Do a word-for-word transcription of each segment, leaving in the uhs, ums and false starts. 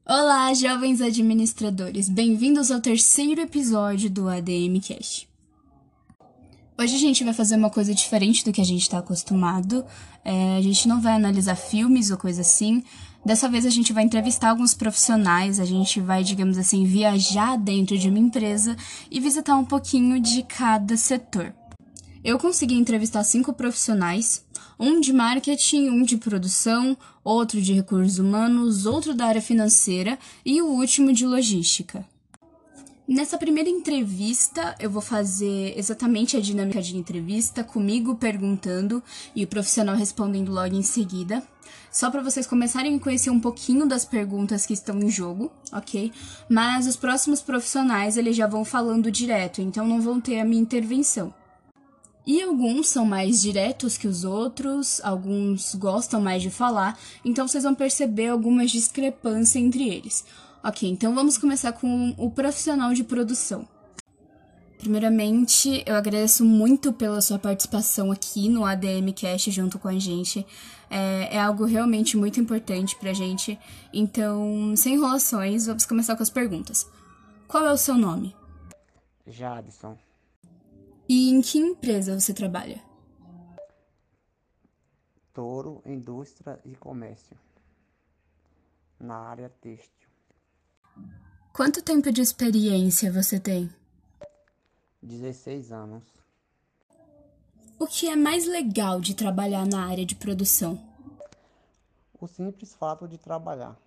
Olá, jovens administradores! Bem-vindos ao terceiro episódio do A D M Cast. Hoje a gente vai fazer uma coisa diferente do que a gente está acostumado. É, a gente não vai analisar filmes ou coisa assim. Dessa vez a gente vai entrevistar alguns profissionais, a gente vai, digamos assim, viajar dentro de uma empresa e visitar um pouquinho de cada setor. Eu consegui entrevistar cinco profissionais, um de marketing, um de produção, outro de recursos humanos, outro da área financeira e o último de logística. Nessa primeira entrevista, eu vou fazer exatamente a dinâmica de entrevista, comigo perguntando e o profissional respondendo logo em seguida. Só para vocês começarem a conhecer um pouquinho das perguntas que estão em jogo, ok? Mas os próximos profissionais, eles já vão falando direto, então não vão ter a minha intervenção. E alguns são mais diretos que os outros, alguns gostam mais de falar, então vocês vão perceber algumas discrepâncias entre eles. Ok, então vamos começar com o profissional de produção. Primeiramente, eu agradeço muito pela sua participação aqui no A D M Cast junto com a gente. É, é algo realmente muito importante pra gente. Então, sem enrolações, vamos começar com as perguntas. Qual é o seu nome? Jadson. E em que empresa você trabalha? Toro, Indústria e Comércio, na área têxtil. Quanto tempo de experiência você tem? dezesseis anos. O que é mais legal de trabalhar na área de produção? O simples fato de trabalhar.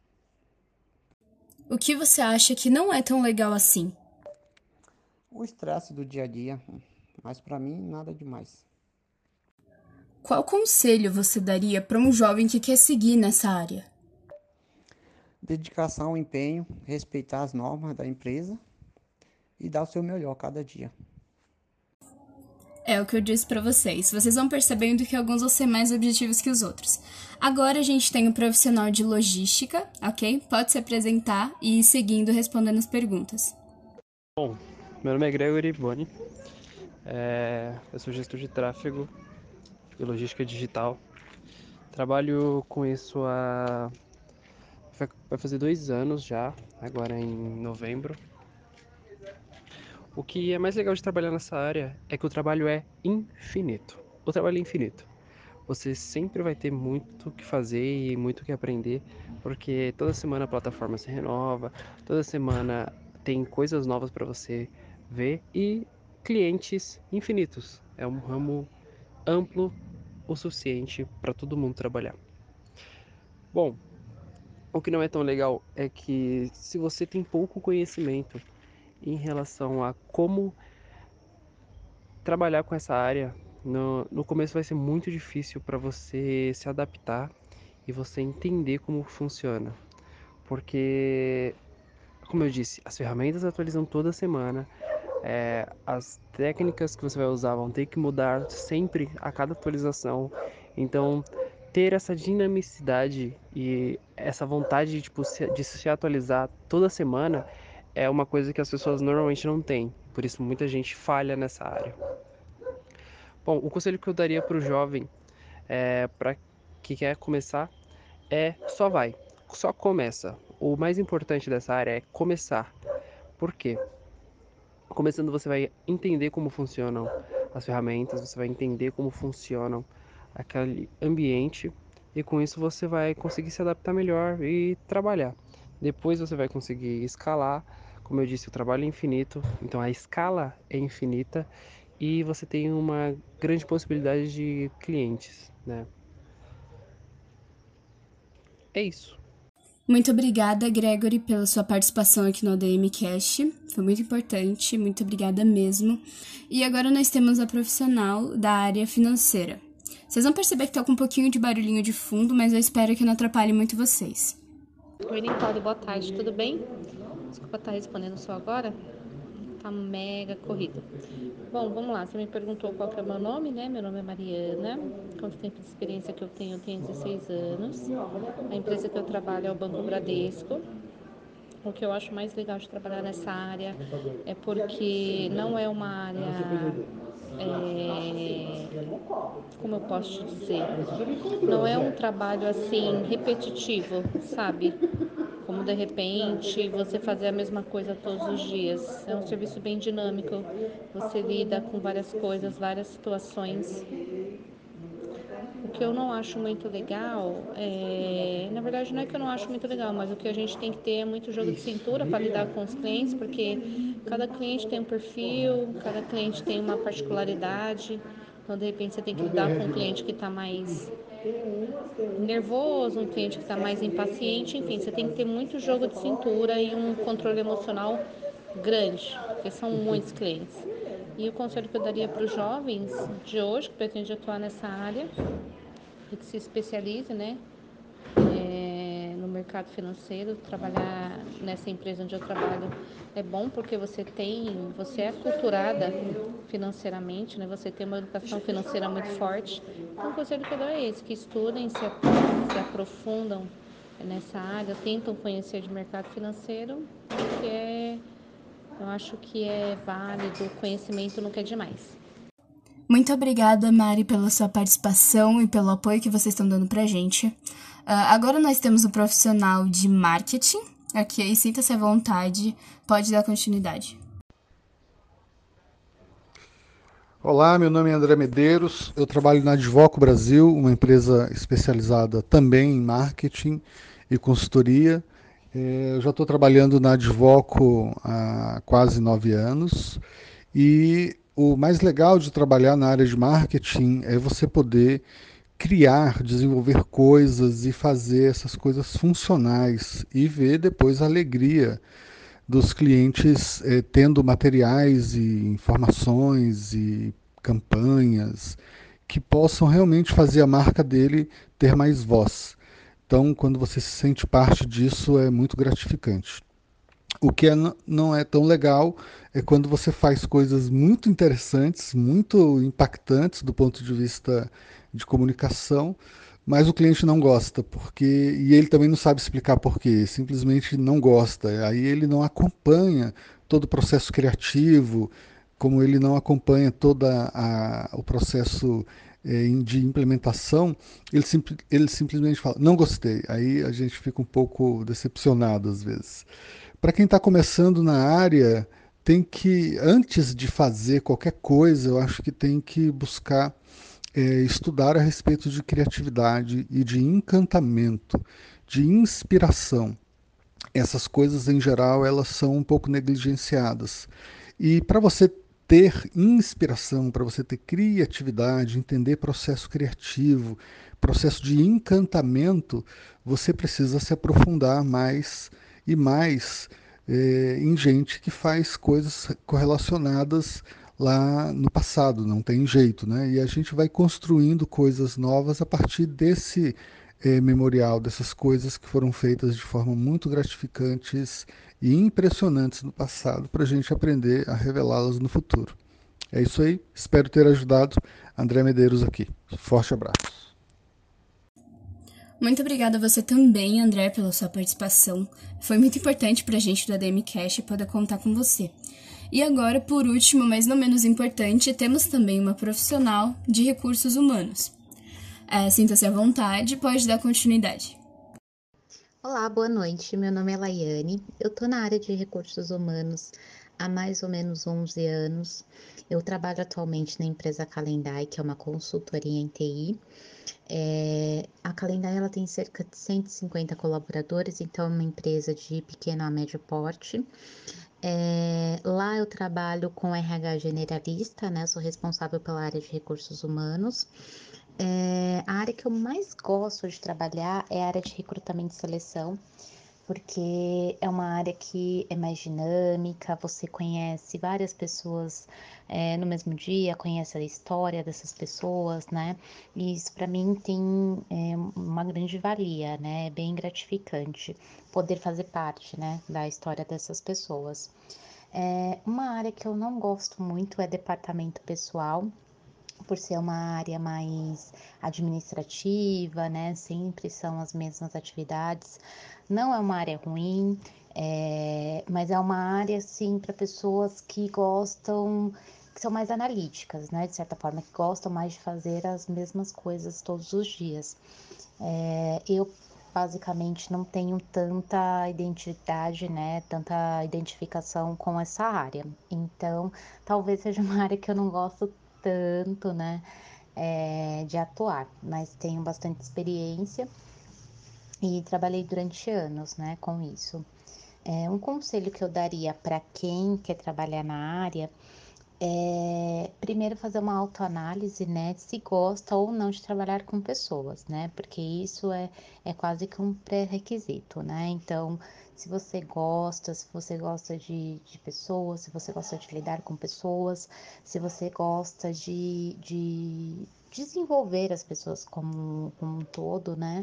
O que você acha que não é tão legal assim? O estresse do dia a dia, mas para mim nada demais. Qual conselho você daria para um jovem que quer seguir nessa área? Dedicação, empenho, respeitar as normas da empresa e dar o seu melhor cada dia. É o que eu disse para vocês. Vocês vão percebendo que alguns vão ser mais objetivos que os outros. Agora a gente tem o profissional de logística, ok? Pode se apresentar e ir seguindo respondendo as perguntas. Bom, meu nome é Gregory Boni, é, eu sou gestor de tráfego e logística digital. Trabalho com isso há... vai fazer dois anos já, agora em novembro. O que é mais legal de trabalhar nessa área é que o trabalho é infinito. O trabalho é infinito. Você sempre vai ter muito o que fazer e muito o que aprender, porque toda semana a plataforma se renova, toda semana tem coisas novas para você ver e clientes infinitos. É um ramo amplo o suficiente para todo mundo trabalhar. Bom, o que não é tão legal é que se você tem pouco conhecimento em relação a como trabalhar com essa área, no, no começo vai ser muito difícil para você se adaptar e você entender como funciona. Porque, como eu disse, as ferramentas atualizam toda semana, é, as técnicas que você vai usar vão ter que mudar sempre a cada atualização. Então, ter essa dinamicidade e essa vontade de, tipo, se, de se atualizar toda semana é uma coisa que as pessoas normalmente não têm. Por isso, muita gente falha nessa área. Bom, o conselho que eu daria para o jovem é, para que quer começar é só vai, só começa. O mais importante dessa área é começar. Por quê? Começando você vai entender como funcionam as ferramentas, você vai entender como funcionam aquele ambiente e com isso você vai conseguir se adaptar melhor e trabalhar. Depois você vai conseguir escalar, como eu disse, o trabalho é infinito, então a escala é infinita e você tem uma grande possibilidade de clientes, né? É isso. Muito obrigada, Gregory, pela sua participação aqui no A D M Cast. Foi muito importante, muito obrigada mesmo. E agora nós temos a profissional da área financeira. Vocês vão perceber que tá com um pouquinho de barulhinho de fundo, mas eu espero que não atrapalhe muito vocês. Oi, Nicole, boa tarde, tudo bem? Desculpa estar respondendo só agora, tá mega corrido. Bom, vamos lá, você me perguntou qual que é o meu nome, né? Meu nome é Mariana, quanto tempo de experiência que eu tenho? Eu tenho dezesseis anos. A empresa que eu trabalho é o Banco Bradesco. O que eu acho mais legal de trabalhar nessa área é porque não é uma área, é, como eu posso te dizer, não é um trabalho assim repetitivo, sabe? como de repente você fazer a mesma coisa todos os dias. É um serviço bem dinâmico, você lida com várias coisas, várias situações. O que eu não acho muito legal, é... na verdade não é que eu não acho muito legal, mas o que a gente tem que ter é muito jogo de cintura para lidar com os clientes, porque cada cliente tem um perfil, cada cliente tem uma particularidade. Então, de repente, você tem que lidar com um cliente que está mais nervoso, um cliente que está mais impaciente, enfim, você tem que ter muito jogo de cintura e um controle emocional grande, porque são muitos clientes. E o conselho que eu daria para os jovens de hoje, que pretendem atuar nessa área, e que se especialize, né, é, no mercado financeiro, trabalhar nessa empresa onde eu trabalho é bom porque você tem, você é aculturada financeiramente, né, você tem uma educação financeira muito forte. Então o conselho que eu dou é esse, que estudem, se, se aprofundam nessa área, tentam conhecer de mercado financeiro, que é, eu acho que é válido, o conhecimento nunca é demais. Muito obrigada, Mari, pela sua participação e pelo apoio que vocês estão dando pra gente. Uh, agora nós temos o profissional de marketing. Ok, sinta-se à vontade, pode dar continuidade. Olá, meu nome é André Medeiros, eu trabalho na Advoco Brasil, uma empresa especializada também em marketing e consultoria. Eu já estou trabalhando na Advoco há quase nove anos e o mais legal de trabalhar na área de marketing é você poder criar, desenvolver coisas e fazer essas coisas funcionais e ver depois a alegria dos clientes eh, tendo materiais e informações e campanhas que possam realmente fazer a marca dele ter mais voz. Então, quando você se sente parte disso, é muito gratificante. O que é, não é tão legal é quando você faz coisas muito interessantes, muito impactantes do ponto de vista de comunicação, mas o cliente não gosta, porque e ele também não sabe explicar por quê, simplesmente não gosta. Aí ele não acompanha todo o processo criativo, como ele não acompanha todo o processo é, de implementação, ele, simp ele simplesmente fala, não gostei. Aí a gente fica um pouco decepcionado às vezes. Para quem está começando na área, tem que, antes de fazer qualquer coisa, eu acho que tem que buscar é, estudar a respeito de criatividade e de encantamento, de inspiração. Essas coisas, em geral, elas são um pouco negligenciadas. E para você ter inspiração, para você ter criatividade, entender processo criativo, processo de encantamento, você precisa se aprofundar mais e mais é, em gente que faz coisas correlacionadas lá no passado, não tem jeito, né? E a gente vai construindo coisas novas a partir desse é, memorial, dessas coisas que foram feitas de forma muito gratificantes e impressionantes no passado, para a gente aprender a revelá-las no futuro. É isso aí, espero ter ajudado. André Medeiros aqui. Forte abraço. Muito obrigada a você também, André, pela sua participação. Foi muito importante pra gente do A D M Cash poder contar com você. E agora, por último, mas não menos importante, temos também uma profissional de recursos humanos. É, sinta-se à vontade, pode dar continuidade. Olá, boa noite. Meu nome é Laiane. Eu estou na área de recursos humanos há mais ou menos onze anos. Eu trabalho atualmente na empresa Calendai, que é uma consultoria em T I. É, a Calendai ela tem cerca de cento e cinquenta colaboradores, então é uma empresa de pequeno a médio porte. É, lá eu trabalho com R H generalista, né? Sou responsável pela área de recursos humanos. É, a área que eu mais gosto de trabalhar é a área de recrutamento e seleção, porque é uma área que é mais dinâmica, você conhece várias pessoas é, no mesmo dia, conhece a história dessas pessoas, né? E isso para mim tem é, uma grande valia, né? É bem gratificante poder fazer parte, né, da história dessas pessoas. É, uma área que eu não gosto muito é departamento pessoal, por ser uma área mais administrativa, né? Sempre são as mesmas atividades. Não é uma área ruim, é, mas é uma área, assim, para pessoas que gostam, que são mais analíticas, né? De certa forma, que gostam mais de fazer as mesmas coisas todos os dias. É, eu basicamente não tenho tanta identidade, né, tanta identificação com essa área. Então, talvez seja uma área que eu não gosto tanto, né, é, de atuar, mas tenho bastante experiência e trabalhei durante anos, né, com isso. É, um conselho que eu daria para quem quer trabalhar na área é primeiro fazer uma autoanálise, né, se gosta ou não de trabalhar com pessoas, né, porque isso é, é quase que um pré-requisito, né, então se você gosta, se você gosta de, de pessoas, se você gosta de lidar com pessoas, se você gosta de, de desenvolver as pessoas como, como um todo, né,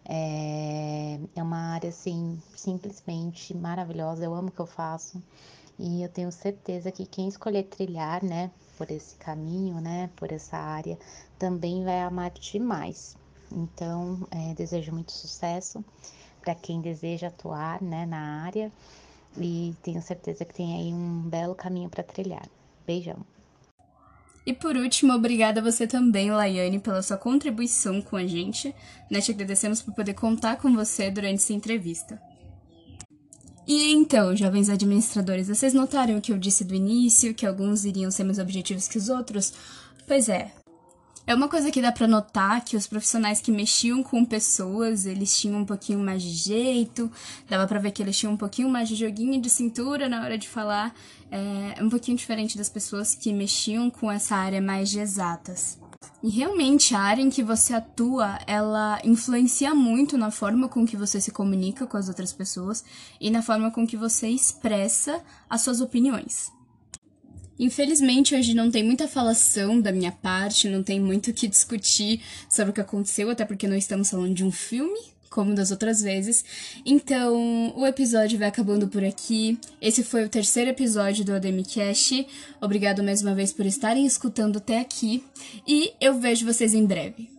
é, é uma área, assim, simplesmente maravilhosa, eu amo o que eu faço. E eu tenho certeza que quem escolher trilhar, né, por esse caminho, né, por essa área, também vai amar demais. Então, é, desejo muito sucesso para quem deseja atuar, né, na área e tenho certeza que tem aí um belo caminho para trilhar. Beijão! E por último, obrigada a você também, Laiane, pela sua contribuição com a gente. Nós te agradecemos por poder contar com você durante essa entrevista. E então, jovens administradores, vocês notaram o que eu disse do início, que alguns iriam ser mais objetivos que os outros? Pois é. É uma coisa que dá pra notar que os profissionais que mexiam com pessoas, eles tinham um pouquinho mais de jeito, dava pra ver que eles tinham um pouquinho mais de joguinho de cintura na hora de falar, é um pouquinho diferente das pessoas que mexiam com essa área mais de exatas. E realmente a área em que você atua, ela influencia muito na forma com que você se comunica com as outras pessoas e na forma com que você expressa as suas opiniões. Infelizmente, hoje não tem muita falação da minha parte, não tem muito o que discutir sobre o que aconteceu, até porque não estamos falando de um filme, como das outras vezes. Então, o episódio vai acabando por aqui. Esse foi o terceiro episódio do ADMcast. Obrigado mais uma vez por estarem escutando até aqui. E eu vejo vocês em breve.